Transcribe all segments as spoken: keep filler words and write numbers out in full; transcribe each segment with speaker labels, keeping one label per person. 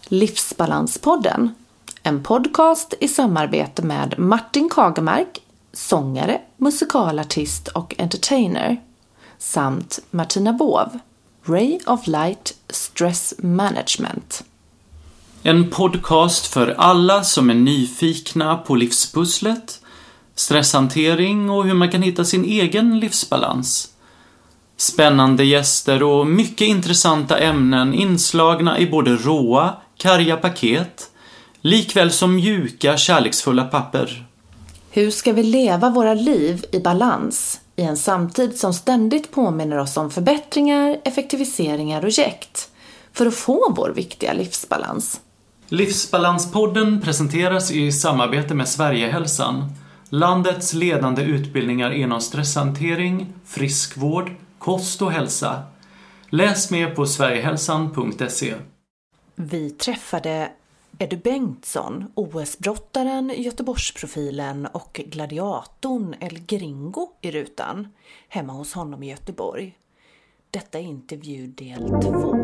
Speaker 1: Livsbalanspodden, en podcast i samarbete med Martin Kagemark, sångare, musikalartist och entertainer, samt Martina Båv, Ray of Light Stress Management.
Speaker 2: En podcast för alla som är nyfikna på livspusslet, stresshantering och hur man kan hitta sin egen livsbalans. Spännande gäster och mycket intressanta ämnen inslagna i både råa, karga paket, likväl som mjuka, kärleksfulla papper.
Speaker 1: Hur ska vi leva våra liv i balans i en samtid som ständigt påminner oss om förbättringar, effektiviseringar och jäkt för att få vår viktiga livsbalans?
Speaker 2: Livsbalanspodden presenteras i samarbete med Sverigehälsan, landets ledande utbildningar inom stresshantering, friskvård, kost och hälsa. Läs mer på sverigehälsan punkt se.
Speaker 1: Vi träffade Edu Bengtsson, O S-brottaren, Göteborgsprofilen och gladiatorn El Gringo i rutan, hemma hos honom i Göteborg. Detta är intervju del två.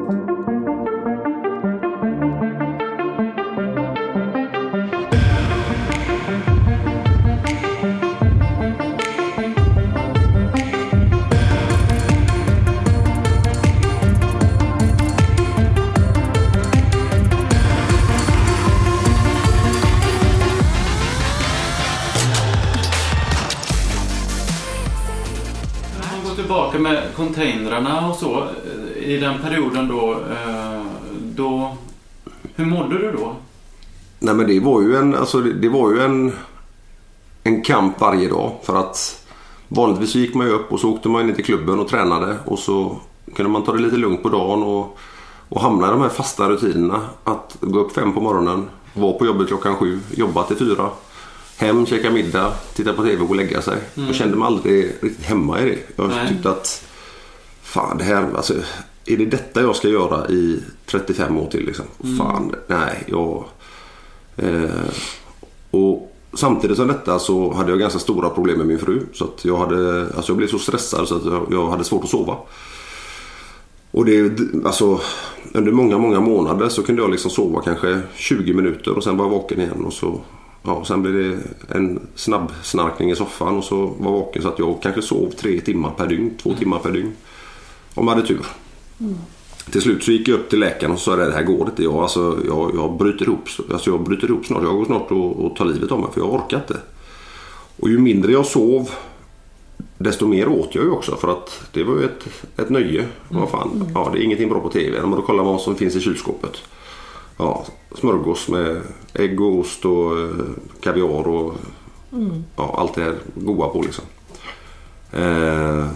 Speaker 2: Tillbaka med containrarna och så i den perioden då, då hur mådde du då?
Speaker 3: Nej, men det var ju en alltså det, det var ju en en kamp varje dag, för att vanligtvis så gick man ju upp och så åkte man in till klubben och tränade och så kunde man ta det lite lugnt på dagen och, och hamna i de här fasta rutinerna att gå upp fem på morgonen, vara på jobbet klockan sju, jobba till fyra, hem, käka middag, titta på tv och lägga sig. Mm. Jag kände mig aldrig riktigt hemma i det. Jag Nej. tyckte att fan, det här, alltså, är det detta jag ska göra i trettiofem år till liksom? Mm. Fan, nej, jag eh, och samtidigt som detta så hade jag ganska stora problem med min fru, så att jag hade, alltså jag blev så stressad så att jag, jag hade svårt att sova. Och det, alltså under många många månader så kunde jag liksom sova kanske tjugo minuter och sen var jag vaken igen och så ja, sen blev det en snabb snarkning i soffan och så var vaken så att jag kanske sov tre timmar per dygn, två mm. timmar per dygn. Om jag hade tur. Mm. Till slut så gick jag upp till läkaren och sa det här går inte. Jag, alltså, jag, jag bryter ihop, alltså jag bryter ihop snart. Jag går snart och, och tar livet av mig för jag orkar inte. Och ju mindre jag sov desto mer åt jag ju också, för att det var ju ett, ett nöje. Mm. Vad fan, mm. ja, det är ingenting bra på tv. Man då kollar vad som finns i kylskåpet. Ja, smörgås med ägg och ost och eh, kaviar och mm. ja, allt det här goda på liksom. Eh,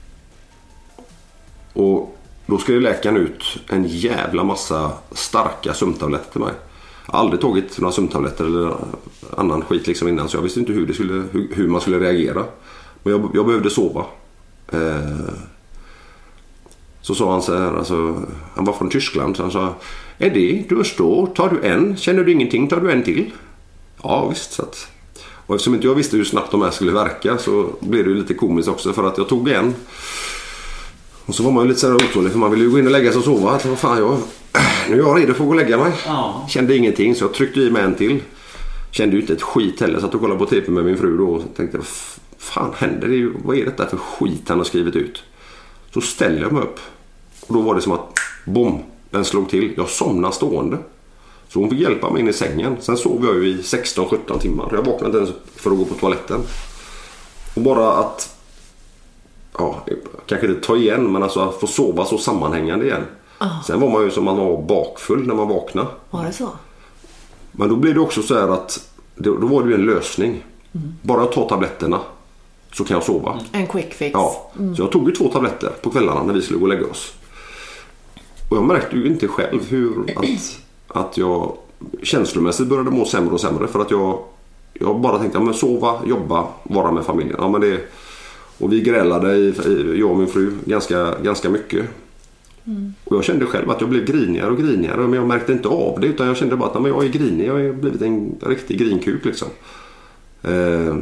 Speaker 3: och då skrev läkaren ut en jävla massa starka sömntabletter till mig. Jag har aldrig tagit några sömntabletter eller annan skit liksom innan, så jag visste inte hur, det skulle, hur, hur man skulle reagera. Men jag, jag behövde sova. Eh, så sa han så här, alltså, han var från Tyskland, så han sa: Eddie, du står, tar du en, känner du ingenting, tar du en till? Ja visst, så att, och eftersom inte jag visste hur snabbt de här skulle verka så blev det ju lite komiskt också, för att jag tog en och så var man ju lite så här otålig, för man ville ju gå in och lägga sig och sova. Att, vad fan, jag, nu är jag redo för att gå och lägga mig. Ja. Kände ingenting, så jag tryckte i mig en till. Kände ju inte ett skit heller, så att jag kollade på tv med min fru då och tänkte: vad fan händer det? Vad är detta för skit han har skrivit ut? Så ställer jag mig upp och då var det som att bom, den slog till. Jag somnade stående. Så hon fick hjälpa mig in i sängen. Sen sov jag ju i sexton sjutton timmar. Jag vaknade inte ens för att gå på toaletten. Och bara att ja, kanske inte ta igen, men alltså att få sova så sammanhängande igen. Oh. Sen var man ju som man var bakfull när man vaknade.
Speaker 1: Var det så?
Speaker 3: Men då blev det också så här att då, då var det ju en lösning. Mm. Bara att ta tabletterna så kan jag sova. Mm.
Speaker 1: En quick fix.
Speaker 3: Ja, mm. Så jag tog ju två tabletter på kvällarna när vi skulle gå och lägga oss. Och jag märkte ju inte själv hur att, att jag känslomässigt började må sämre och sämre, för att jag, jag bara tänkte, ja, men sova, jobba, vara med familjen. Ja, men det, och vi grälade, i, jag och min fru, ganska, ganska mycket. Mm. Och jag kände själv att jag blev grinigare och grinigare, men jag märkte inte av det, utan jag kände bara att men jag är grinig, jag har blivit en riktig grinkuk liksom. Eh,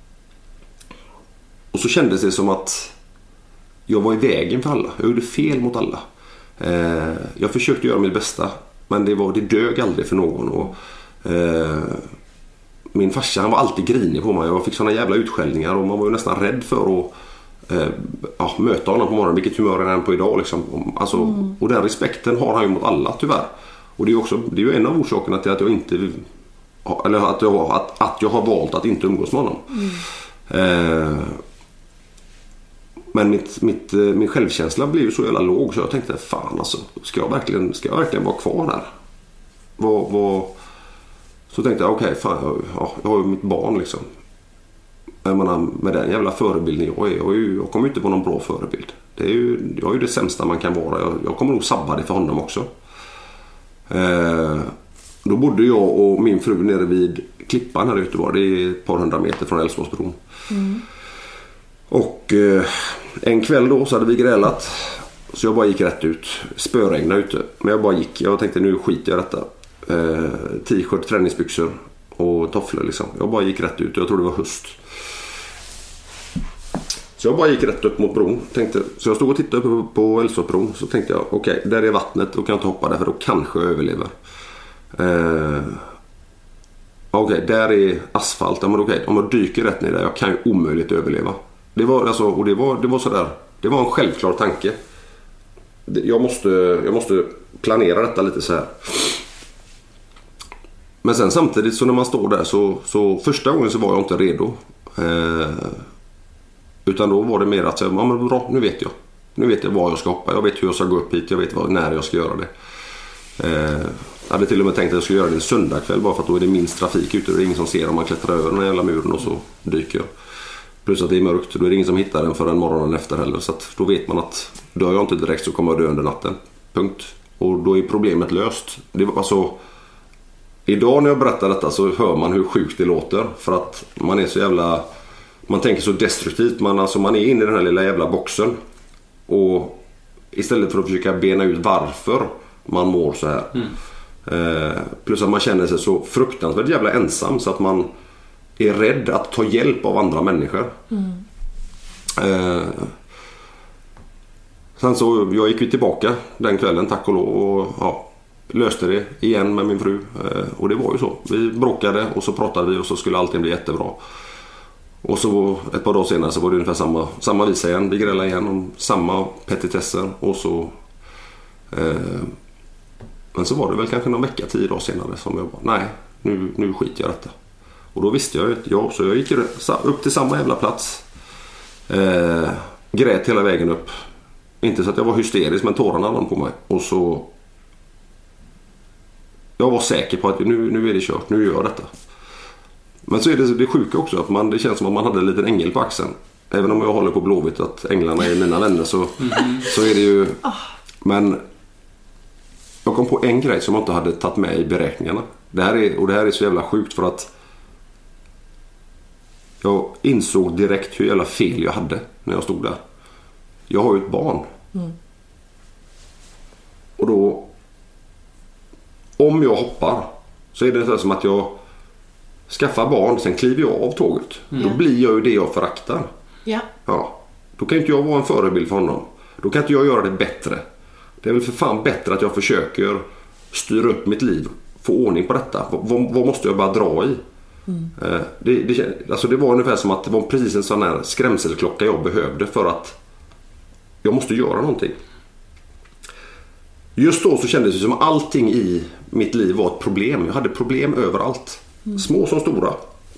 Speaker 3: och så kändes det som att jag var i vägen för alla. Jag gjorde fel mot alla. Eh, jag försökte göra mitt bästa Men det, var, det dög aldrig för någon. Och, eh, min farsa, han var alltid grinig på mig. Jag fick såna jävla utskällningar och man var ju nästan rädd för att eh, ja, möta honom på morgonen. Vilket humör är han på idag liksom. Alltså, mm. Och den respekten har han ju mot alla tyvärr. Och det är, också, det är ju en av orsakerna till att jag inte eller att jag, att, att jag har valt att inte umgås med honom. Mm. Eh, men mitt, mitt, min självkänsla blev ju så jävla låg så jag tänkte, fan alltså, ska jag verkligen, ska jag verkligen vara kvar här? Vad, vad... Så tänkte jag, okej, okay, fan, jag, ja, jag har ju mitt barn liksom. Jag menar, med den jävla förebilden jag är, jag, är ju, jag kommer ju inte på någon bra förebild. Det är ju, jag är ju det sämsta man kan vara. Jag, jag kommer nog sabba det för honom också. Eh, då bodde jag och min fru nere vid Klippan här i Göteborg. Det är ett par hundra meter från Älvsborgsbron. Mm. Och eh, en kväll då så hade vi grälat. Så jag bara gick rätt ut. Spöregna ute. Men jag bara gick. Jag tänkte, nu skiter jag detta. Eh, t-shirt, träningsbyxor och tofflor liksom. Jag bara gick rätt ut. Jag tror det var höst. Så jag bara gick rätt upp mot bron. Tänkte, så jag stod och tittade på, på Älvsborgsbron. Så tänkte jag, okej, okay, där är vattnet och kan jag inte hoppa där för då kanske jag överlever. Eh, okej, okay, där är asfalt. Ja, men okej, okay, om jag dyker rätt ner där, jag kan ju omöjligt överleva. Det var, alltså, och det var, det var sådär. Det var en självklar tanke. Jag måste, jag måste planera detta lite så här. Men sen samtidigt så när man står där så, så första gången så var jag inte redo. Eh, utan då var det mer att säga, ja men bra, nu vet jag. Nu vet jag var jag ska hoppa. Jag vet hur jag ska gå upp hit. Jag vet vad, när jag ska göra det. Eh, jag hade till och med tänkt att jag skulle göra det en söndagkväll bara för att då är det minst trafik ute. Det är ingen som ser om man klättrar över den här jävla muren och så dyker jag. Plus att det är mörkt. Då är det ingen som hittar den förrän morgonen efter heller. Så att då vet man att dör jag inte direkt så kommer jag dö under natten. Punkt. Och då är problemet löst. Det var alltså... Idag när jag berättar detta så hör man hur sjukt det låter. För att man är så jävla... Man tänker så destruktivt. Man, alltså, man är inne i den här lilla jävla boxen. Och istället för att försöka bena ut varför man mår så här. Mm. Eh, plus att man känner sig så fruktansvärt jävla ensam. Så att man är rädd att ta hjälp av andra människor. Mm. Eh, sen så jag gick ju tillbaka den kvällen, tack och lov. Och ja... löste det igen med min fru och det var ju så. Vi bråkade och så pratade vi och så skulle allting bli jättebra. Och så ett par dagar senare så var det ungefär samma, samma visa igen. Vi grälade igen om samma petitesser och så eh, men så var det väl kanske någon vecka, tio dagar senare som jag bara, nej, nu, nu skiter jag detta. Och då visste jag ju, ja, så jag gick upp till samma jävla plats. Eh, grät hela vägen upp. Inte så att jag var hysterisk, men tårarna rann på mig. Och så jag var säker på att nu, nu är det kört, nu gör jag detta. Men så är det det sjuka också att man, det känns som att man hade en liten ängel på axeln. Även om jag håller på Blåvitt att änglarna är mina vänner så, mm-hmm. så är det ju... Men jag kom på en grej som jag inte hade tagit med i beräkningarna. Det här är, och det här är så jävla sjukt för att jag insåg direkt hur jävla fel jag hade när jag stod där. Jag har ju ett barn. Mm. Och då... Om jag hoppar så är det som att jag skaffar barn, sen kliver jag av tåget. Mm. Då blir jag ju det jag föraktar.
Speaker 1: Ja.
Speaker 3: Ja. Då kan inte jag vara en förebild för honom. Då kan inte jag göra det bättre. Det är väl för fan bättre att jag försöker styra upp mitt liv. Få ordning på detta. Vad, vad måste jag bara dra i? Mm. Det, det, alltså det var ungefär som att det var precis en sån här skrämselklocka jag behövde för att jag måste göra någonting. Just då så kändes det som att allting i mitt liv var ett problem. Jag hade problem överallt. Mm. Små som stora.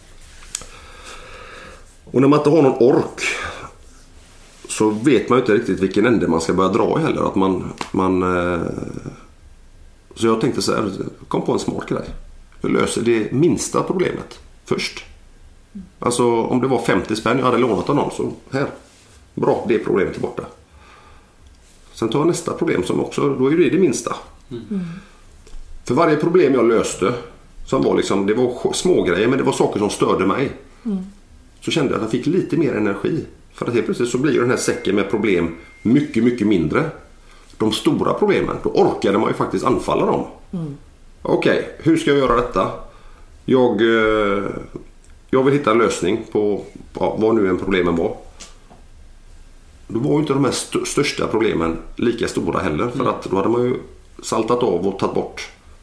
Speaker 3: Och när man inte har någon ork så vet man ju inte riktigt vilken ände man ska börja dra i heller. Att man, man, eh... Så jag tänkte så här, kom på en smart grej. Jag löser det minsta problemet först. Mm. Alltså om det var femtio spänn jag hade lånat av någon så här. Bra, det problemet är borta. Sen tar jag nästa problem som också, då är det det minsta. Mm. För varje problem jag löste, som var liksom, det var små grejer men det var saker som störde mig. Mm. Så kände jag att jag fick lite mer energi. För att helt plötsligt så blir den här säcken med problem mycket, mycket mindre. De stora problemen, då orkade man ju faktiskt anfalla dem. Mm. Okej, okay, hur ska jag göra detta? Jag, jag vill hitta en lösning på ja, vad nu en problemen var. Då var ju inte de här st- största problemen lika stora heller. För att då hade man ju saltat av och tagit bort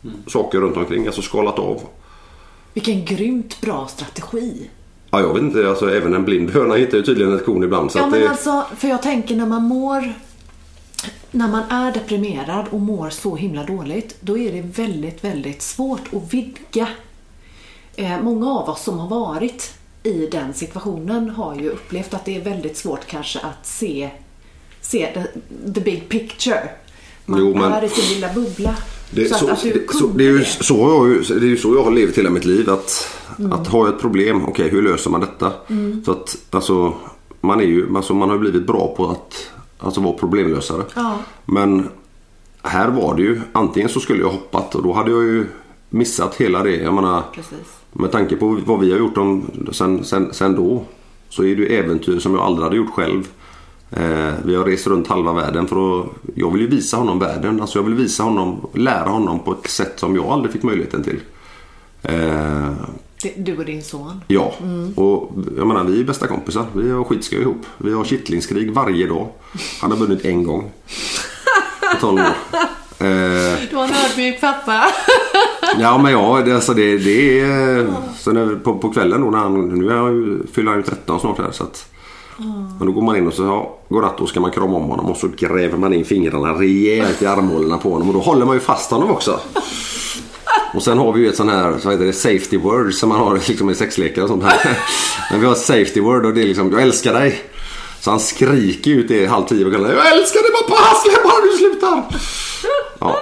Speaker 3: mm. saker runt omkring, alltså skalat av.
Speaker 1: Vilken grymt bra strategi.
Speaker 3: Ja, jag vet inte, alltså även en blind höna hittar ju tydligen ett korn ibland. Så
Speaker 1: ja,
Speaker 3: att
Speaker 1: men
Speaker 3: det...
Speaker 1: alltså, för jag tänker när man mår, när man är deprimerad och mår så himla dåligt, då är det väldigt, väldigt svårt att vidga. Eh, många av oss som har varit i den situationen har ju upplevt att det är väldigt svårt kanske att se, se the, the big picture. Man jo, men... är i sin lilla bubbla.
Speaker 3: Det, så, så, att, att det, så, det, är ju så jag, det är ju så jag har levt hela mitt liv, att, mm. att ha ett problem, okej, okay, hur löser man detta? Mm. Så att, alltså, man, är ju, alltså, man har blivit bra på att alltså, vara problemlösare. Ja. Men här var det ju, antingen så skulle jag hoppat och då hade jag ju missat hela det. Jag menar, precis. Med tanke på vad vi har gjort om, sen, sen, sen då, så är det ju äventyr som jag aldrig hade gjort själv. Eh, vi har rest runt halva världen för att, jag vill ju visa honom världen, alltså jag vill visa honom, lära honom på ett sätt som jag aldrig fick möjligheten till. Eh,
Speaker 1: du och din son?
Speaker 3: Ja, mm. och jag menar, vi är bästa kompisar, vi har skitskoj ihop, vi har kittlingskrig varje dag. Han har vunnit en gång på tolv år. Eh,
Speaker 1: du har en ödmjuk pappa.
Speaker 3: Ja, men ja, det, alltså det, det är så när, på, på kvällen då när han, nu är han ju, fyller han ju tretton snart här, så att mm. men då går man in och så ja, går natt och ska man krama om honom och så gräver man in fingrarna rejält i armhålorna på honom och då håller man ju fast honom också. Och sen har vi ju ett sån här, så heter det safety word som man har liksom i sexlekar och sånt här. Men vi har ett safety word och det är liksom, jag älskar dig. Så han skriker ut det halv tio och kallar, jag älskar dig pappa, släpp bara du slutar. Ja.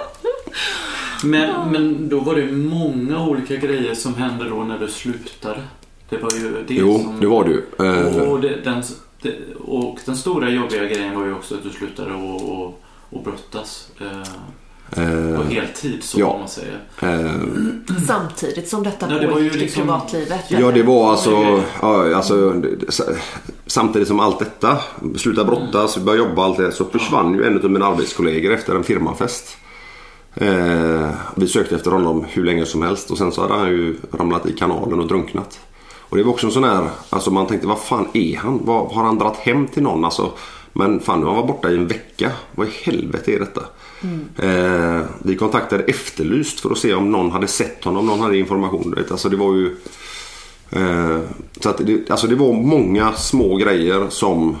Speaker 2: Men, men då var det många olika grejer som hände då när du slutade. Det var ju det
Speaker 3: jo,
Speaker 2: som...
Speaker 3: det var det ju. Uh...
Speaker 2: Och, det, den, det, och den stora jobbiga grejen var ju också att du slutade och, och, och brottas. Uh, uh... på heltid, så ja. Man säger. Uh...
Speaker 1: Samtidigt som detta
Speaker 2: ja, det var ju
Speaker 1: i
Speaker 2: liksom...
Speaker 1: privatlivet.
Speaker 3: Ja, det var alltså... Ja, alltså samtidigt som allt detta, sluta brottas, börja jobba, allt det, så försvann ju en av mina arbetskollegor efter en firmafest. Eh, vi sökte efter honom hur länge som helst och sen så hade han ju ramlat i kanalen och drunknat. Och det var också en sån här, alltså man tänkte, vad fan är han? Vad, har han dratt hem till någon? Alltså, men fan, nu har han var borta i en vecka. Vad i helvete är detta? Mm. Eh, vi kontaktade Efterlyst för att se om någon hade sett honom, om någon hade information. Alltså det var ju eh, så att det, alltså det var många små grejer som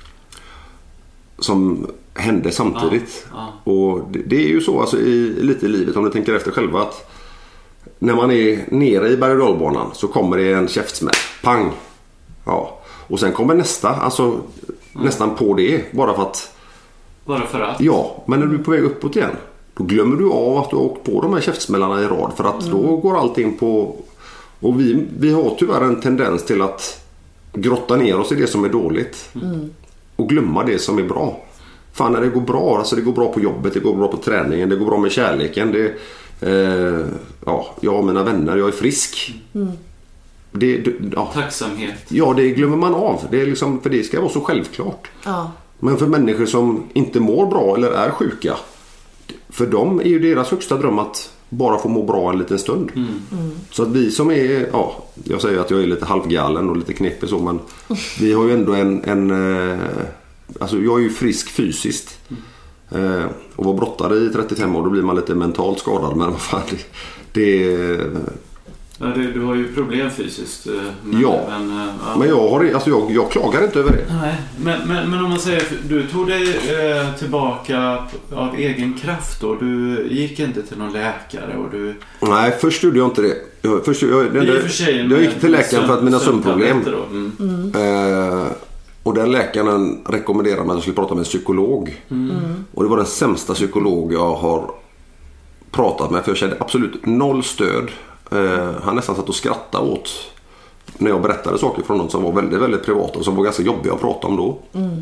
Speaker 3: som hände samtidigt. Ja, ja. Och det, det är ju så alltså i lite i livet, om du tänker efter själva, att när man är nere i berg- och dalbanan så kommer det en käftsmäll. Pang! Ja. Och sen kommer nästa, alltså mm. nästan på det, bara för att
Speaker 2: bara för att?
Speaker 3: Ja, men när du är på väg uppåt igen, då glömmer du av att du har åkt på de här käftsmällarna i rad, för att mm. då går allting på. Och vi, vi har tyvärr en tendens till att grotta ner oss i det som är dåligt mm. och glömma det som är bra. Fan, när det går bra, alltså det går bra på jobbet, det går bra på träningen, det går bra med kärleken, det, eh, ja, jag har mina vänner, jag är frisk. Mm. Det, det, ja.
Speaker 2: Tacksamhet.
Speaker 3: Ja, det glömmer man av. Det är liksom, för det ska vara så självklart.
Speaker 1: Ja.
Speaker 3: Men för människor som inte mår bra eller är sjuka, för dem är ju deras högsta dröm att bara få må bra en liten stund. Mm. Mm. Så att vi som är, ja, jag säger att jag är lite halvgalen och lite knepig så, men vi har ju ändå en, en eh, alltså jag är ju frisk fysiskt. Mm. Eh, och var brottare i trettiofem år, då blir man lite mentalt skadad, men vad fan, det, det
Speaker 2: ja, det, du har ju problem fysiskt. Men,
Speaker 3: ja, men, ja. men jag, har, alltså jag, jag klagar inte över det.
Speaker 2: Nej, men, men, men om man säger, du tog dig eh, tillbaka av egen kraft då. Du gick inte till någon läkare och du...
Speaker 3: Nej, först gjorde jag inte det. Jag, först, jag, jag, jag, jag gick till läkaren för att mina sömnproblem. Mm. Mm. Eh, och den läkaren rekommenderade mig att jag skulle prata med en psykolog. Mm. Och det var den sämsta psykolog jag har pratat med, för jag kände absolut noll stöd. Uh, han nästan satt och skrattade åt när jag berättade saker från någon som var väldigt, väldigt privat och som var ganska jobbiga att prata om då. Mm.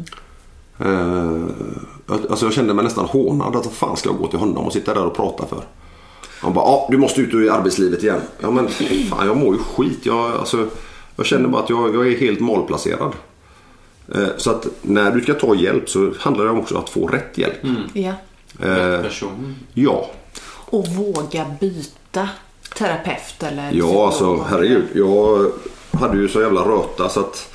Speaker 3: Uh, alltså jag kände mig nästan hånad, att vad fan ska jag gå till honom och sitta där och prata för? Han bara, ja, du måste ut i arbetslivet igen. Ja, men fan, jag mår ju skit. Jag, alltså, jag känner bara att jag, jag är helt malplacerad. Uh, så att när du ska ta hjälp så handlar det också om att få rätt hjälp.
Speaker 2: Mm.
Speaker 1: Ja.
Speaker 3: Uh, rätt person. Ja.
Speaker 1: Och våga byta terapeut eller
Speaker 3: ja, psykolog. Alltså herregud, jag hade ju så jävla röta så att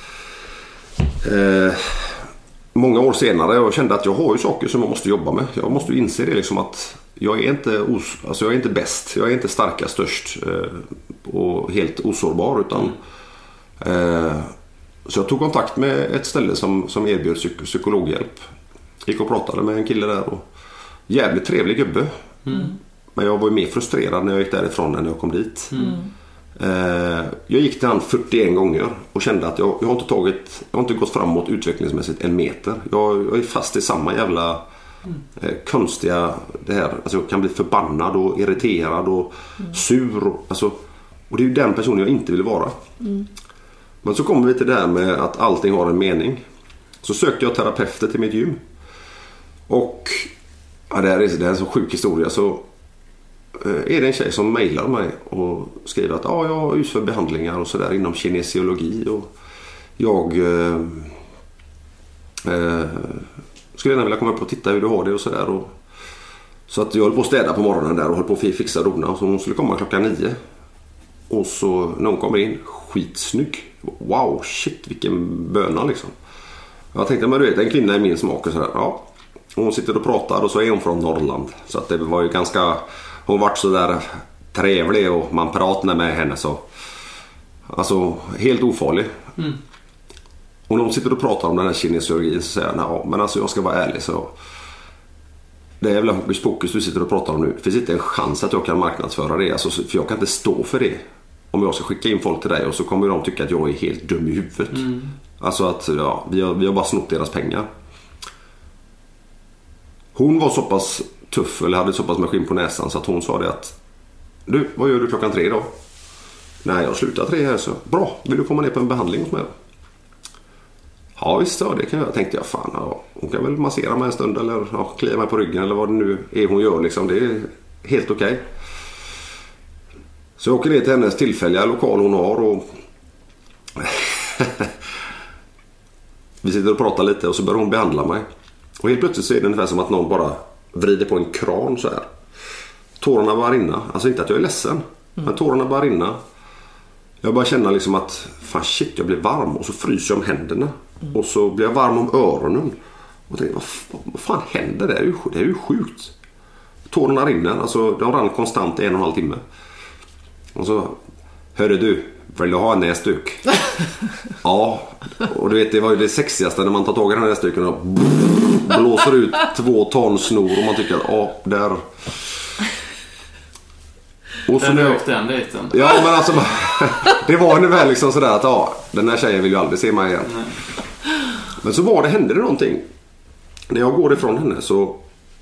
Speaker 3: eh, många år senare jag kände att jag har ju saker som jag måste jobba med. Jag måste ju inse det liksom, att jag är inte os, alltså jag är inte bäst, jag är inte starkast, störst eh, och helt osårbar utan eh, så jag tog kontakt med ett ställe som, som erbjöd psyk- psykologhjälp. Gick och pratade med en kille där och jävligt trevlig gubbe. Mm. Men jag var ju mer frustrerad när jag gick därifrån än när jag kom dit. Mm. Eh, jag gick till han fyrtioen gånger och kände att jag, jag har inte tagit, jag har inte gått framåt utvecklingsmässigt en meter. Jag, jag är fast i samma jävla eh, konstiga det här. Alltså jag kan bli förbannad och irriterad och mm. sur. Och, alltså, och det är ju den personen jag inte vill vara. Mm. Men så kommer vi till det här med att allting har en mening. Så sökte jag terapeuter till mitt gym. Och ja, det här är, det här är en så sjuk historia. Så eh, är det en tjej som mejlar mig och skriver att ah, jag utför behandlingar och sådär inom kinesiologi. Och jag eh, eh, skulle gärna vilja komma upp och titta hur du har det och sådär. Och, så att jag höll på att städa på morgonen där och höll på att fixa rona. Så hon skulle komma klockan nio. Och så när hon kommer in, skitsnygg. Wow, shit, vilken böna liksom. Jag tänkte, men du vet, en kvinna i min smak och sådär. Ja. Och hon sitter och pratar och så är hon från Norrland. Så att det var ju ganska, hon var så där trevlig och man pratade med henne så. Alltså, helt ofarlig. Mm. Och när hon sitter och pratar om den här kinesiologin så säger jag, ja, men alltså jag ska vara ärlig så. Det är jävla hokus pokus du sitter och pratar om nu. Det finns inte en chans att jag kan marknadsföra det. Alltså, för jag kan inte stå för det. Om jag ska skicka in folk till dig och så kommer de tycka att jag är helt dum i huvudet. Mm. Alltså att ja, vi, har, vi har bara snott deras pengar. Hon var så pass tuff eller hade så pass med skinn på näsan så att hon sa det att du, vad gör du klockan tre då? Nej, jag slutar tre här så. Bra, vill du komma ner på en behandling hos mig? Ja visst, ja, det kan jag. Tänkte jag, fan, ja, hon kan väl massera mig en stund eller ja, klia mig på ryggen eller vad det nu är hon gör liksom. Det är helt okej. Okay. Så jag åker ner till hennes tillfälliga lokal hon har och vi sitter och pratar lite och så börjar hon behandla mig. Och helt plötsligt så är det ungefär som att någon bara vrider på en kran så här. Tårarna bara rinna. Alltså inte att jag är ledsen, mm. men tårarna bara rinna. Jag bara känner liksom att fan shit, jag blir varm och så fryser jag om händerna. Mm. Och så blir jag varm om öronen. Och tänker, vad, vad, vad fan händer? Det är ju, det är ju sjukt. Tårarna rinner, alltså de rann konstant i en och en halv timme. Och så, hörde du, vill du ha en näsduk? Ja, och du vet, det var ju det sexigaste när man tar tag i den här näsduken och blåser ut två ton snor och man tycker att, ja, där... Och
Speaker 2: den rök den dejten.
Speaker 3: Ja, men alltså, det var ungefär liksom sådär att, ja, den här tjejen vill ju aldrig se mig igen. Nej. Men så var det, hände det någonting. När jag går ifrån henne så,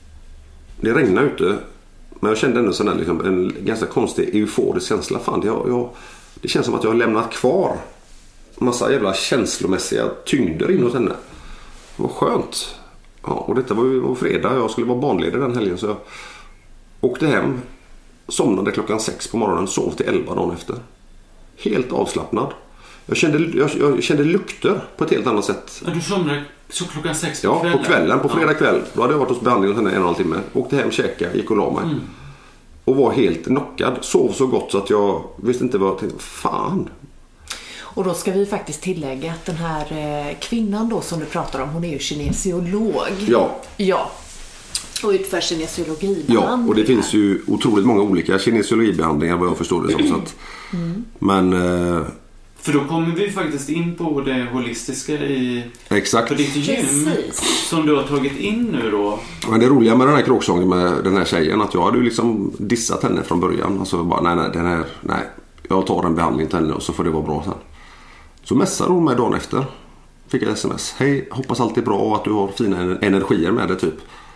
Speaker 3: det regnade ute. Men jag kände ändå sån här, liksom, en ganska konstig euforisk känsla. Fan, jag, jag, det känns som att jag har lämnat kvar massa jävla känslomässiga tyngder in hos henne. Det var skönt. Ja, och detta var ju var fredag. Jag skulle vara barnledig den helgen. Så jag åkte hem. Somnade klockan sex på morgonen. Sov till elva dagen efter. Helt avslappnad. Jag kände, jag, jag kände lukter på ett helt annat sätt.
Speaker 2: Men du somnade så klockan sex på
Speaker 3: ja,
Speaker 2: kvällen?
Speaker 3: Ja, på kvällen. På fredag kväll. Då hade jag varit hos behandlingen hos henne en och en halv timme. Åkte hem, käkade, gick och la mig. Mm. Och var helt knockad. Sov så gott så att jag visste inte vad jag tänkte. Fan.
Speaker 1: Och då ska vi faktiskt tillägga att den här eh, kvinnan då som du pratar om, hon är ju kinesiolog.
Speaker 3: Ja.
Speaker 1: Ja. Och utför kinesiologi.
Speaker 3: Ja, och det finns ju otroligt många olika kinesiologibehandlingar vad jag förstår det som. Så att, mm. Men... Eh,
Speaker 2: för då kommer vi faktiskt in på det holistiska i
Speaker 3: exakt.
Speaker 2: På ditt gym. Precis. Som du har tagit in nu då.
Speaker 3: Men det roliga med den här kråksången med den här tjejen att jag hade ju liksom dissat henne från början. Alltså bara, nej, nej, den här, nej. Jag tar en behandling till henne och så får det vara bra sen. Så mässade hon mig dagen efter. Fick jag sms. Hej, hoppas allt är bra och att du har fina energier med det typ.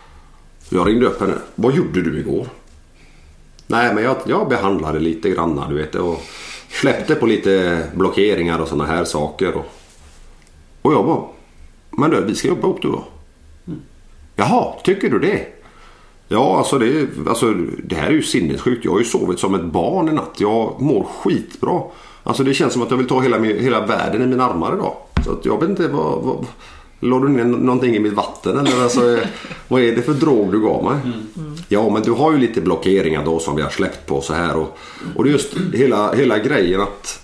Speaker 3: Jag ringde upp henne. Vad gjorde du igår? Nej, men jag, jag behandlade lite granna, du vet. Och släppte på lite blockeringar och såna här saker. Och, och jag bara, men du, vi ska jobba upp du då. Mm. Jaha, tycker du det? Ja, alltså det, alltså det här är ju sinnessjukt. Jag har ju sovit som ett barn i natt. Jag mår skitbra. Alltså det känns som att jag vill ta hela, hela världen i mina armar idag. Så att jag vet inte vad... vad låg du ner någonting i mitt vatten eller alltså, vad är det för drog du gav mig? Mm. Mm. Ja, men du har ju lite blockeringar då som vi har släppt på så här och, och det är just hela, hela grejen att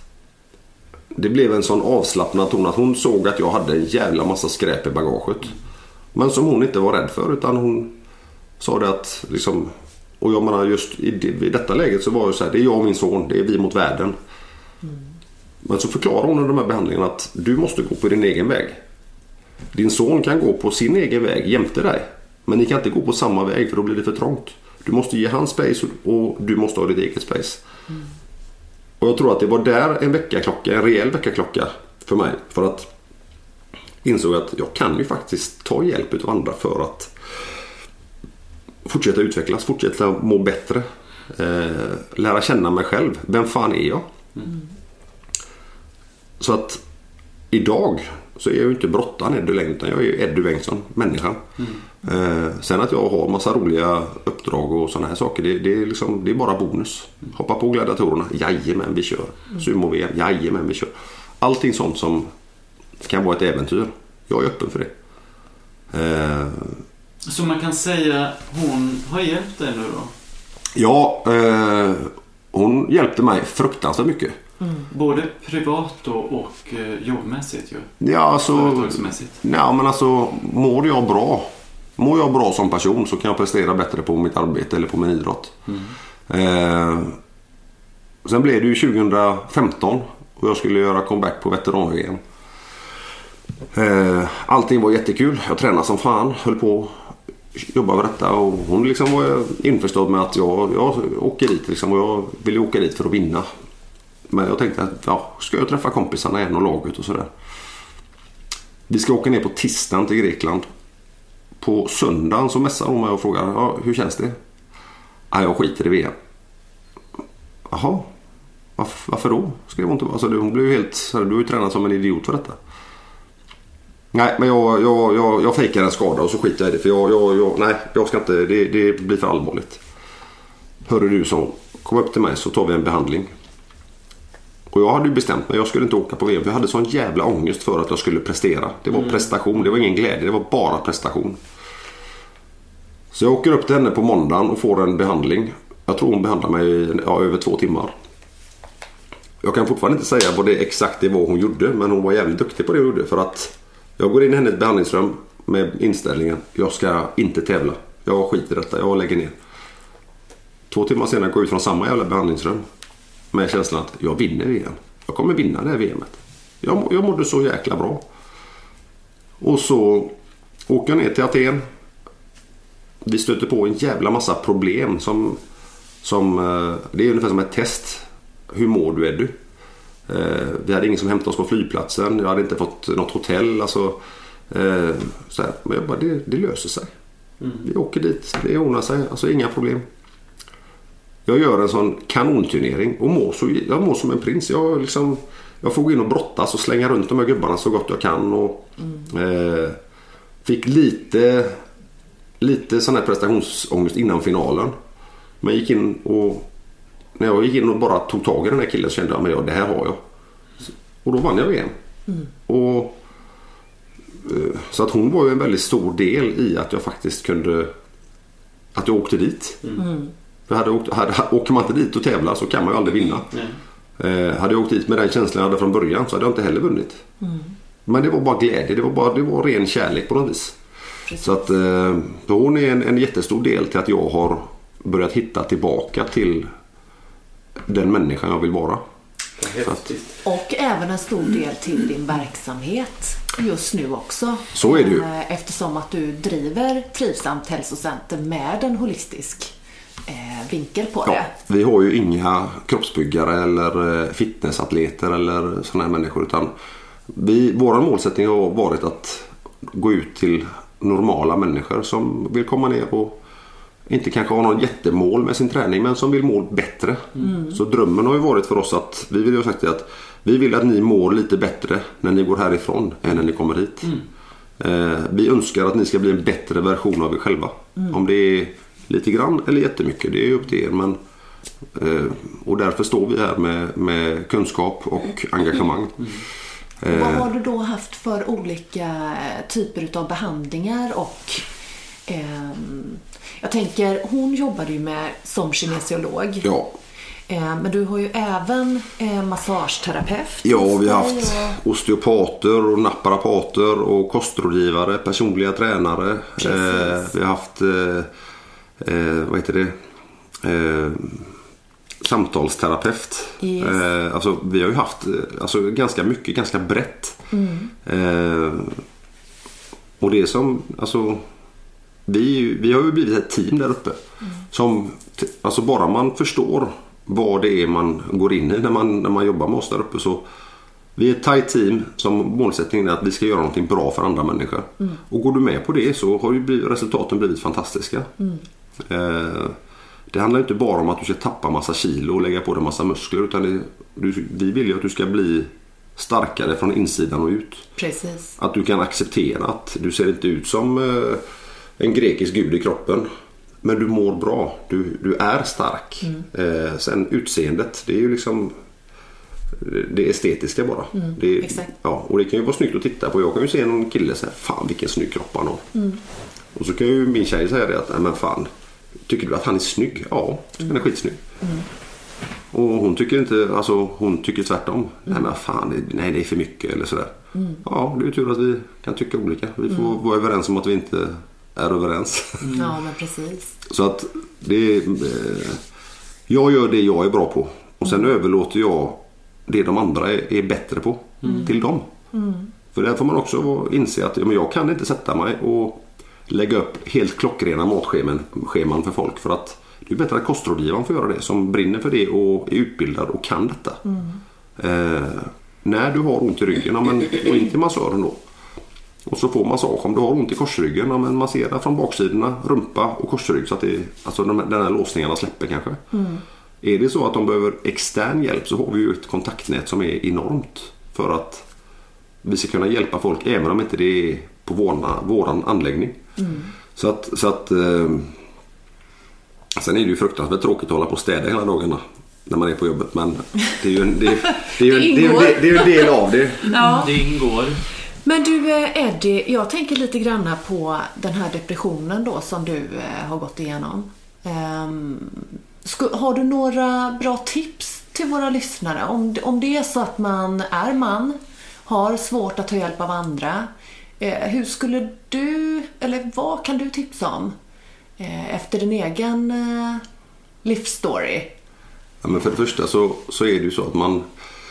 Speaker 3: det blev en sån avslappnad ton att hon såg att jag hade en jävla massa skräp i bagaget. Men som hon inte var rädd för utan hon sa det att liksom, Och jag menar just i, det, i detta läget så var det så här, det är jag och min son, det är vi mot världen. Mm. Men så förklarar hon under de här behandlingarna att du måste gå på din egen väg. Din son kan gå på sin egen väg jämte dig. Men ni kan inte gå på samma väg för då blir det för trångt. Du måste ge hans space och du måste ha ditt eget space. Mm. Och jag tror att det var där en veckaklocka, en rejäl veckaklocka för mig. För att insåg att jag kan ju faktiskt ta hjälp av andra för att fortsätta utvecklas, fortsätta må bättre. Eh, lära känna mig själv. Vem fan är jag? Mm. Så att idag så är jag ju inte brottaren Eddie längre, utan jag är ju Eddie Bengtsson, människan. Mm. Eh, sen att jag har massa roliga uppdrag och sådana här saker, det, det, är, liksom, det är bara bonus. Mm. Hoppa på gladiatorerna, jajamän vi kör. Mm. Sumo-V M, jajamän vi kör. Allting sånt som kan vara ett äventyr. Jag är öppen för det. Eh,
Speaker 2: Så man kan säga hon har hjälpt dig nu då?
Speaker 3: Ja, eh, hon hjälpte mig fruktansvärt mycket.
Speaker 2: Mm. Både privat och, och jobbmässigt ju.
Speaker 3: Ja, alltså,
Speaker 2: företagsmässigt.
Speaker 3: Ja, men alltså mår jag bra. Mår jag bra som person så kan jag prestera bättre på mitt arbete eller på min idrott. Mm. Eh, sen blev det ju tjugo femton och jag skulle göra comeback på veteran-V M. Eh, allting var jättekul. Jag tränade som fan, höll på jobba med detta och hon liksom var införstådd med att jag, jag åker dit liksom, och jag ville åka dit för att vinna. Men jag tänkte att ja, ska jag träffa kompisarna igen och laget och sådär. Vi ska åka ner på tisdagen till Grekland. På söndagen så mässar hon mig och frågar ja, hur känns det? Ja, jag skiter i V M. Jaha, varför, varför då? Skrev hon inte. Alltså, hon blev ju helt, du har ju tränat som en idiot för detta. Nej, men jag, jag, jag, jag fejkar en skada och så skiter jag i det. För jag, jag, jag, nej, jag ska inte, det, det blir för allvarligt. Hörru du, så kom upp till mig så tar vi en behandling. Och jag hade ju bestämt mig, jag skulle inte åka på V M. För jag hade sån jävla ångest för att jag skulle prestera. Det var mm. prestation, det var ingen glädje, det var bara prestation. Så jag åker upp till henne på måndagen och får en behandling. Jag tror hon behandlar mig i ja, över två timmar. Jag kan fortfarande inte säga vad det exakt det var hon gjorde. Men hon var jävligt duktig på det hon gjorde. För att jag går in i hennes behandlingsrum med inställningen, jag ska inte tävla. Jag skiter i detta, jag lägger ner. Två timmar senare går jag ut från samma jävla behandlingsrum. Med känslan att jag vinner V M. Jag kommer vinna det här V M:et. Jag, jag mådde så jäkla bra. Och så åker jag ner till Aten. Vi stöter på en jävla massa problem som, som det är ungefär som ett test. Hur mår du, är du? Vi hade ingen som hämtade oss på flygplatsen. Jag hade inte fått något hotell. Alltså, så här. Men jag bara, det, det löser sig. Mm. Vi åker dit, det ordnar sig. Alltså inga problem. Jag gör en sån kanonturnering och mår så, jag mår som en prins. Jag, liksom, jag får gå in och brottas och slänga runt de här gubbarna så gott jag kan. Och, mm. eh, fick lite, lite sån här prestationsångest innan finalen. Men jag gick in och när jag gick in och bara tog tag i den här killen så kände jag, men ja, det här har jag. Och då vann jag igen. Mm. Och, eh, så att hon var ju en väldigt stor del i att jag faktiskt kunde, att jag åkte dit. Mm. För hade jag åkt, hade, åker man inte dit och tävlar så kan man ju aldrig vinna. Eh, hade jag åkt dit med den känslan jag hade från början så hade jag inte heller vunnit. Mm. Men det var bara glädje, det var, bara, det var ren kärlek på något vis. Precis. Så att eh, hon är en, en jättestor del till att jag har börjat hitta tillbaka till den människan jag vill vara.
Speaker 1: Att, och även en stor del till din verksamhet just nu också.
Speaker 3: Så är det ju.
Speaker 1: Eftersom att du driver Trivsamt hälsocenter med en holistisk eh, vinkel på
Speaker 3: ja,
Speaker 1: det.
Speaker 3: Vi har ju inga kroppsbyggare eller fitnessatleter eller sådana här människor, utan vi, vår målsättning har varit att gå ut till normala människor som vill komma ner och inte kanske ha någon jättemål med sin träning, men som vill må bättre. Mm. Så drömmen har ju varit för oss att vi vill ju sagt att vi vill att ni mår lite bättre när ni går härifrån än när ni kommer hit. Mm. Eh, vi önskar att ni ska bli en bättre version av er själva. Mm. Om det är lite grann eller jättemycket, det är upp till er. Men, eh, och därför står vi här med, med kunskap och engagemang. Mm.
Speaker 1: Mm. Eh, Vad har du då haft för olika typer av behandlingar och eh, jag tänker, hon jobbade ju med som kinesiolog.
Speaker 3: Ja.
Speaker 1: Eh, men du har ju även eh, massageterapeut.
Speaker 3: Ja, vi har haft och osteopater och naprapater och kostrådgivare, personliga tränare. Eh, vi har haft, eh, eh, vad heter det, eh, samtalsterapeut.
Speaker 1: Yes.
Speaker 3: Eh, alltså, vi har ju haft alltså, ganska mycket, ganska brett.
Speaker 1: Mm.
Speaker 3: Eh, och det som, alltså, vi, vi har ju blivit ett team där uppe. Mm. Som, alltså bara man förstår vad det är man går in i när man, när man jobbar med oss där uppe, så vi är ett tight team som målsättningen är att vi ska göra någonting bra för andra människor. Mm. Och går du med på det så har ju blivit, resultaten blivit fantastiska. Mm. Eh, det handlar inte bara om att du ska tappa massa kilo och lägga på dig massa muskler, utan det, du, vi vill ju att du ska bli starkare från insidan och ut.
Speaker 1: Precis. Att
Speaker 3: du kan acceptera att du ser inte ut som eh, en grekisk gud i kroppen, men du mår bra, du, du är stark. Mm. Eh, sen utseendet, det är ju liksom det estetiska bara. Mm, det,
Speaker 1: exakt.
Speaker 3: Ja, och det kan ju vara snyggt att titta på. Jag kan ju se någon kille säga, fan vilken snygg kropp han har. Mm. Och så kan ju min tjej säga det att, nej men fan, tycker du att han är snygg? Ja, han är skitsnygg. Mm. Och hon tycker inte, alltså hon tycker tvärtom. Mm. Nej men fan, nej det är för mycket eller sådär. Mm. Ja, det är ju tur att vi kan tycka olika. Vi får mm. vara överens om att vi inte är överens.
Speaker 1: Mm. Ja, men precis.
Speaker 3: Så att det är, eh, jag gör det jag är bra på. Och sen mm. överlåter jag det de andra är, är bättre på mm. till dem. Mm. För där får man också inse att ja, men jag kan inte sätta mig och lägga upp helt klockrena matscheman scheman för folk, för att det är bättre att kostrådgivaren får göra det, som brinner för det och är utbildad och kan detta. Mm. Eh, när du har ont i ryggen, ja, men gå in till massören då. Och så får massage om du har ont i korsryggen, ja, men massera från baksidorna, rumpa och korsrygg så att det, alltså de, den här låsningarna släpper kanske. Mm. Är det så att de behöver extern hjälp, så har vi ju ett kontaktnät som är enormt för att vi ska kunna hjälpa folk även om inte det är på våra, våran anläggning. Mm. Så att, så att eh, sen är det ju fruktansvärt tråkigt att hålla på och städa hela dagarna när man är på jobbet, men det är ju en, det, det är ju, det är, det är, det är en del av det.
Speaker 1: Ja.
Speaker 2: Det ingår.
Speaker 1: Men du Eddie, jag tänker lite grann på den här depressionen då som du har gått igenom. Um, Har du några bra tips till våra lyssnare? Om, om det är så att man är man, har svårt att ta hjälp av andra. Eh, hur skulle du, eller vad kan du tipsa om eh, efter din egen eh, livsstory?
Speaker 3: Ja, men för det första så, så är det ju så att man,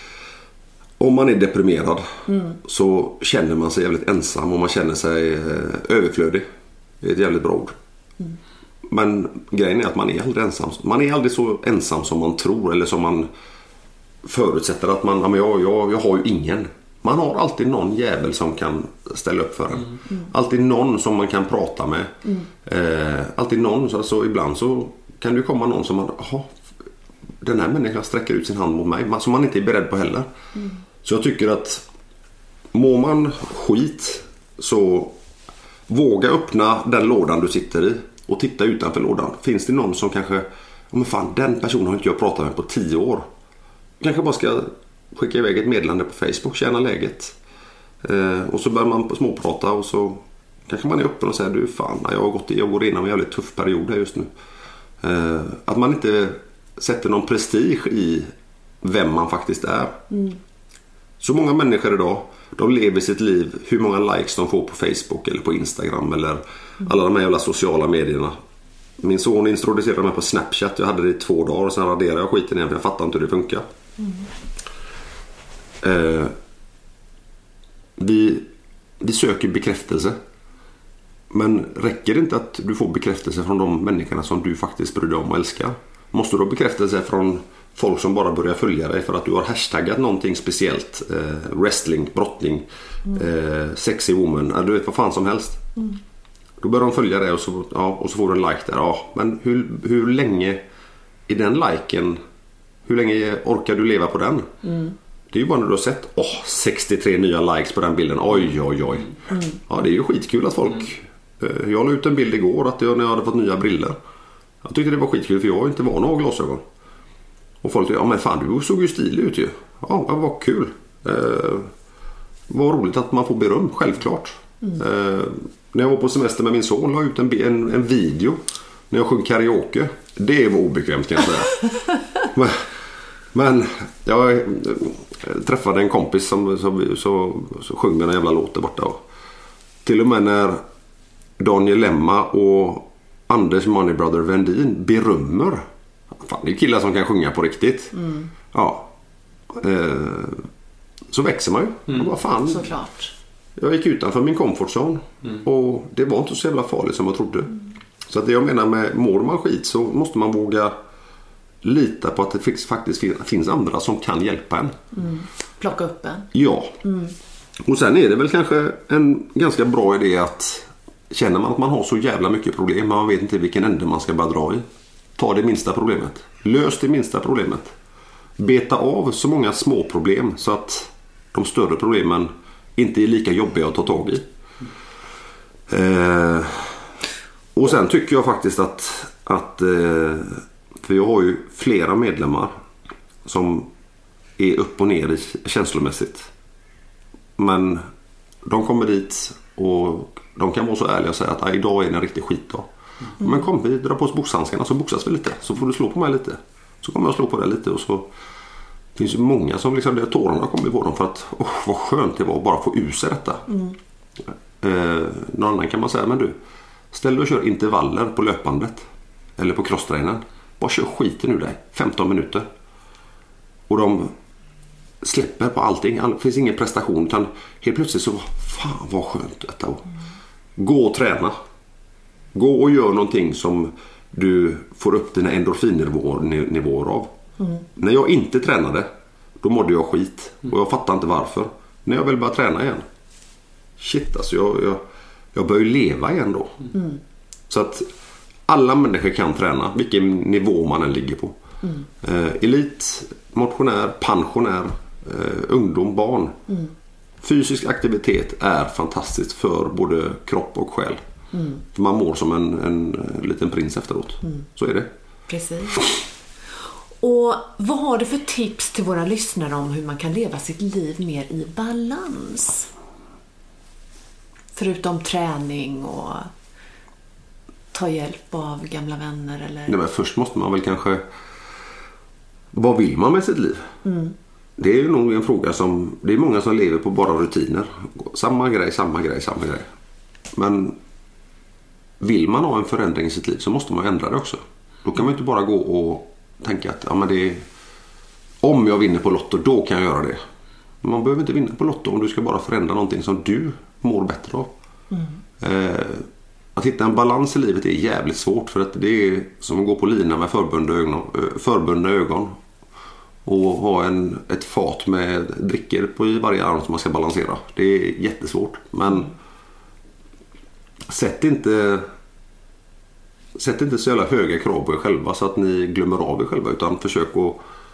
Speaker 3: om man är deprimerad mm. så känner man sig jävligt ensam och man känner sig eh, överflödig. Det är ett jävligt bra ord. Mm. Men grejen är att man är aldrig ensam. Man är aldrig så ensam som man tror eller som man förutsätter att man, ja, men jag, jag, jag har ju ingen. Man har alltid någon jävel som kan ställa upp för en. Mm. Mm. Alltid någon som man kan prata med. Mm. Eh, alltid någon, så alltså, ibland så kan det komma någon som man, jaha, den här människan sträcker ut sin hand mot mig, som man inte är beredd på heller. Mm. Så jag tycker att mår man skit, så våga öppna den lådan du sitter i och titta utanför lådan. Finns det någon som kanske, oh men fan, den personen har inte jag pratat med på tio år. Kanske bara ska skicka iväg ett meddelande på Facebook, känna läget. Eh, och så börjar man småprata och så kanske man är öppen och säger, du fan, jag har gått, jag går igenom en jävligt tuff period här just nu. Eh, att man inte sätter någon prestige i vem man faktiskt är. Mm. Så många människor idag, de lever sitt liv, hur många likes de får på Facebook eller på Instagram eller mm. alla de här jävla sociala medierna. Min son introducerade mig på Snapchat, jag hade det i två dagar och sen raderade jag skiten igen för jag fattar inte hur det funkar. Mm. Eh, vi, vi söker bekräftelse. Men räcker det inte att du får bekräftelse från de människorna som du faktiskt bryr dig om och älskar? Måste du ha bekräftelse från folk som bara börjar följa dig för att du har hashtaggat någonting speciellt? Eh, wrestling, brottning, mm. eh, sexy woman, eh, du vet vad fan som helst. Mm. Då börjar de följa dig och så, ja, och så får du en like där. Ja, men hur, hur länge är den liken, hur länge orkar du leva på den? Mm. Det är ju bara när du har sett åh, sextiotre nya likes på den bilden. Oj, oj, oj. Mm. Ja, det är ju skitkul att folk... Mm. Jag la ut en bild igår att jag, när jag hade fått nya briller. Jag tyckte det var skitkul för jag är inte van att ha glasögon. Och folk tyckte, ja men fan, du såg ju stilig ut ju. Ja, det var kul. Eh, vad roligt att man får beröm, självklart. Mm. Eh, när jag var på semester med min son la jag ut en, en, en video när jag sjöng karaoke. Det var obekvämt kan jag säga. men, men jag träffade en kompis som så, så, så sjöng den jävla låten borta. Och till och med när Daniel Lemma och Anders Money Brother Vendin berömmer fan, det är killar som kan sjunga på riktigt.
Speaker 1: Mm.
Speaker 3: Ja. Eh, så växer man ju.
Speaker 2: Mm.
Speaker 3: Och vad fan.
Speaker 1: Såklart.
Speaker 3: Jag gick utanför min comfort zone.
Speaker 2: Mm.
Speaker 3: Och det var inte så jävla farligt som jag trodde. Mm. Så att det jag menar med mår man skit så måste man våga lita på att det faktiskt finns andra som kan hjälpa en.
Speaker 1: Mm. Plocka upp en.
Speaker 3: Ja.
Speaker 1: Mm.
Speaker 3: Och sen är det väl kanske en ganska bra idé att känner man att man har så jävla mycket problem, man vet inte vilken ände man ska bara dra i. Ta det minsta problemet. Lös det minsta problemet. Beta av så många små problem så att de större problemen inte är lika jobbiga att ta tag i. Eh, och sen tycker jag faktiskt att, att eh, för jag har ju flera medlemmar som är upp och ner i känslomässigt. Men de kommer dit och de kan vara så ärliga och säga att idag är det en riktig skitdag. Mm. Men kom, vi drar på oss boxhandskarna så boxas vi lite. Så får du slå på mig lite. Så kommer jag slå på dig lite och så finns ju många som liksom, där tårarna kommer på dem för att åh, vad skönt det var att bara få ur sig detta. Mm. Eh, någon annan kan man säga, men du, ställ dig och kör intervaller på löpandet eller på crosstrainen. Bara kör skiten ur dig, femton minuter. Och de släpper på allting, det finns ingen prestation utan helt plötsligt så, fan vad skönt detta var. Mm. Gå och träna. Gå och gör någonting som du får upp dina endorfinnivåer av. Mm. När jag inte tränade, då mådde jag skit. Och jag fattar inte varför. När jag väl började träna igen, shit alltså, jag, jag, jag börjar leva igen då. Mm. Så att alla människor kan träna, vilken nivå man än ligger på. Mm. Eh, elit, motionär, pensionär, eh, ungdom, barn. Mm. Fysisk aktivitet är fantastiskt för både kropp och själ. Mm. Man mår som en, en, en liten prins efteråt. Mm. Så är det.
Speaker 1: Precis. Och vad har du för tips till våra lyssnare om hur man kan leva sitt liv mer i balans? Förutom träning och ta hjälp av gamla vänner eller...
Speaker 3: Nej, men först måste man väl kanske... Vad vill man med sitt liv? Mm. Det är ju nog en fråga som... Det är många som lever på bara rutiner. Samma grej, samma grej, samma grej. Men vill man ha en förändring i sitt liv så måste man ändra det också. Då kan man inte bara gå och tänka att ja, men det är, om jag vinner på Lotto då kan jag göra det. Man behöver inte vinna på Lotto om du ska bara förändra någonting som du mår bättre av. Mm. Eh, att hitta en balans i livet är jävligt svårt för att det är som att gå på lina med förbundna ögon, förbundna ögon och ha en, ett fat med dricker på i varje arm som man ska balansera. Det är jättesvårt, men sätt inte sätt inte så jävla höga krav på er själva så att ni glömmer av er själva, utan försök att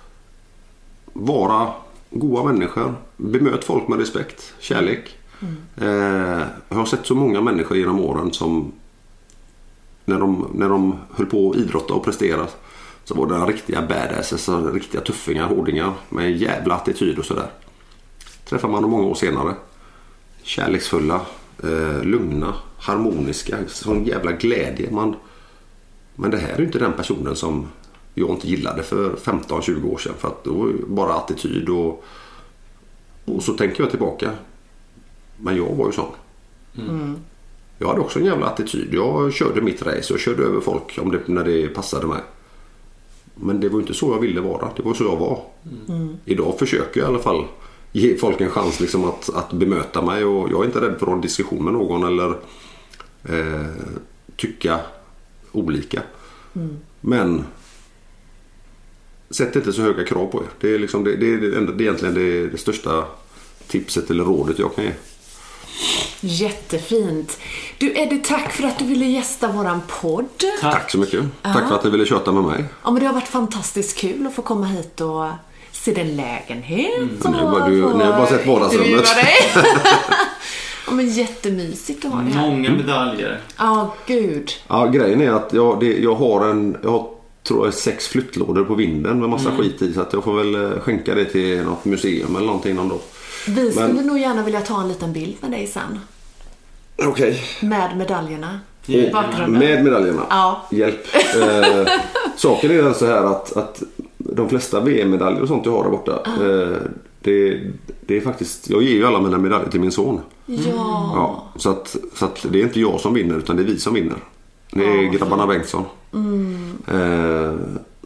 Speaker 3: vara goda människor, bemöt folk med respekt, kärlek. Mm. eh, jag har sett så många människor genom åren som när de, när de höll på att idrotta och prestera så var det riktiga badasses, riktiga tuffingar, hårdingar med en jävla attityd och sådär. Träffar man dem många år senare, kärleksfulla, eh, lugna, harmoniska, sån jävla glädje. Man, men det här är ju inte den personen som jag inte gillade för femton tjugo år sedan, för att då var det bara attityd och, och så tänker jag tillbaka, men jag var ju sån. Mm. Jag hade också en jävla attityd. Jag körde mitt race och körde över folk om det, när det passade mig. Men det var inte så jag ville vara. Det var så jag var. Mm. Idag försöker jag i alla fall ge folk en chans liksom att, att bemöta mig. Och jag är inte rädd för en diskussion med någon eller eh, tycka olika. Mm. Men sätt inte så höga krav på er. Det är, liksom, det, det, det, det är egentligen det, det största tipset eller rådet jag kan ge.
Speaker 1: Jättefint. Du Eddie, tack för att du ville gästa våran podd.
Speaker 3: Tack, tack så mycket. Ja. Tack för att du ville köta med mig.
Speaker 1: Ja, men det har varit fantastiskt kul att få komma hit och se din lägenhet. Mm.
Speaker 3: Och... Nu har du, du bara sett vardagsrummet.
Speaker 1: Ja, men jättemysigt att ha det här.
Speaker 2: Många medaljer.
Speaker 1: Ja, oh, gud.
Speaker 3: Ja, grejen är att jag, det, jag har en... Jag har, tror jag, sex flyttlådor på vinden med massa mm. skit i. Så att jag får väl skänka det till något museum eller någonting någon dag.
Speaker 1: Vi skulle Men... nog gärna vilja ta en liten bild med dig sen.
Speaker 3: Okej. Okay.
Speaker 1: Med medaljerna.
Speaker 3: Och med medaljerna.
Speaker 1: Ja.
Speaker 3: Hjälp. Eh, saken är så här att, att de flesta V M-medaljer och sånt jag har där borta. Uh. Eh, det, det är faktiskt... Jag ger ju alla mina medaljer till min son.
Speaker 1: Ja.
Speaker 3: ja så att, så att det är inte jag som vinner utan det är vi som vinner. Det är oh, grabbarna Bengtsson. Mm. Eh,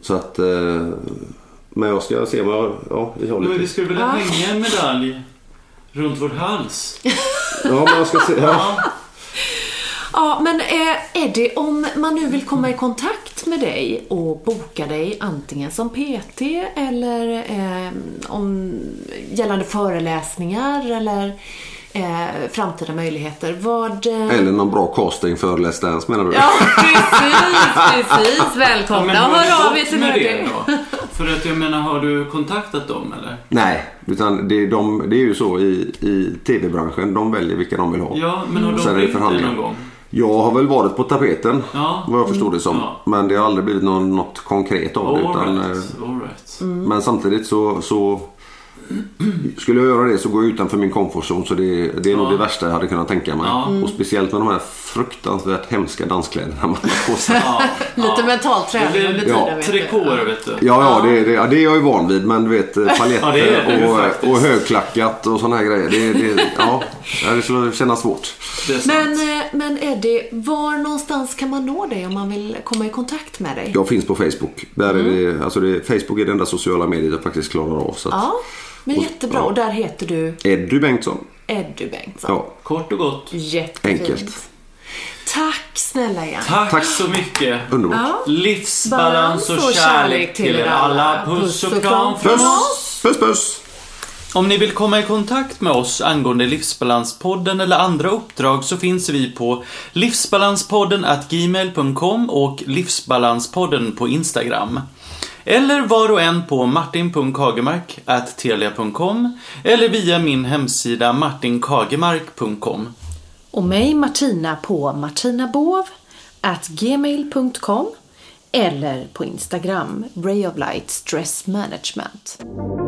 Speaker 3: Så att... Eh, men jag ska se om jag... Ja, vi har lite...
Speaker 2: Men vi skulle vilja hänga en medalj runt vår hals.
Speaker 3: Ja, men jag ska se... Ja.
Speaker 1: Ja, men är, är det om man nu vill komma i kontakt med dig och boka dig antingen som P T eller eh, om gällande föreläsningar eller eh, framtida möjligheter, vad... Eh...
Speaker 3: Eller någon bra casting för Let's Dance, menar du?
Speaker 1: Ja, precis, precis. Välkomna.
Speaker 2: Ja,
Speaker 1: hör av er till
Speaker 2: det då? För att jag menar, har du kontaktat dem eller?
Speaker 3: Nej, utan det är, de, det är ju så i, i tv-branschen, de väljer vilka de vill ha.
Speaker 2: Ja, men har de ringt dig någon gång?
Speaker 3: Jag har väl varit på tapeten,
Speaker 2: ja.
Speaker 3: vad jag förstår det som. Ja. Men det har aldrig blivit någon, något konkret av det. Utan,
Speaker 2: right. All right.
Speaker 3: Mm. Men samtidigt så, så skulle jag göra det så går jag utanför min comfortzone. Så det, det är ja. nog det värsta jag hade kunnat tänka mig. Ja. Mm. Och speciellt med de här fruktansvärt hemska danskläderna man har på sig.
Speaker 1: Ja. Lite mental träning under tiden.
Speaker 3: Ja.
Speaker 2: Trikåer, vet du.
Speaker 3: Ja, ja det, det, det är jag ju van vid. Men du vet, paljetter ja, det är det och, och högklackat och såna här grejer. Det, det, ja, det skulle kännas svårt.
Speaker 1: Men, men Eddie, var någonstans kan man nå dig om man vill komma i kontakt med dig?
Speaker 3: Jag finns på Facebook. Där mm. är det, alltså det, Facebook är det enda sociala medier jag faktiskt klarar av. Så att,
Speaker 1: ja, men och, jättebra. Ja. Och där heter du?
Speaker 3: Eddie Bengtsson.
Speaker 1: Eddie Bengtsson.
Speaker 3: Ja.
Speaker 2: Kort och gott.
Speaker 1: Jättefint.
Speaker 3: Enkelt.
Speaker 1: Tack snälla igen.
Speaker 2: Tack, Tack så mycket.
Speaker 3: Underbart.
Speaker 1: Ja.
Speaker 2: Livsbalans och kärlek till er alla. Puss och kram från oss.
Speaker 3: Puss, puss.
Speaker 2: Om ni vill komma i kontakt med oss angående Livsbalanspodden eller andra uppdrag så finns vi på livsbalanspodden at gmail punkt com och livsbalanspodden på Instagram. Eller var och en på martin punkt kagemark at telia punkt com eller via min hemsida martin kagemark punkt com.
Speaker 1: Och mig Martina på martinabov at gmail punkt com eller på Instagram Ray of Light Stress Management.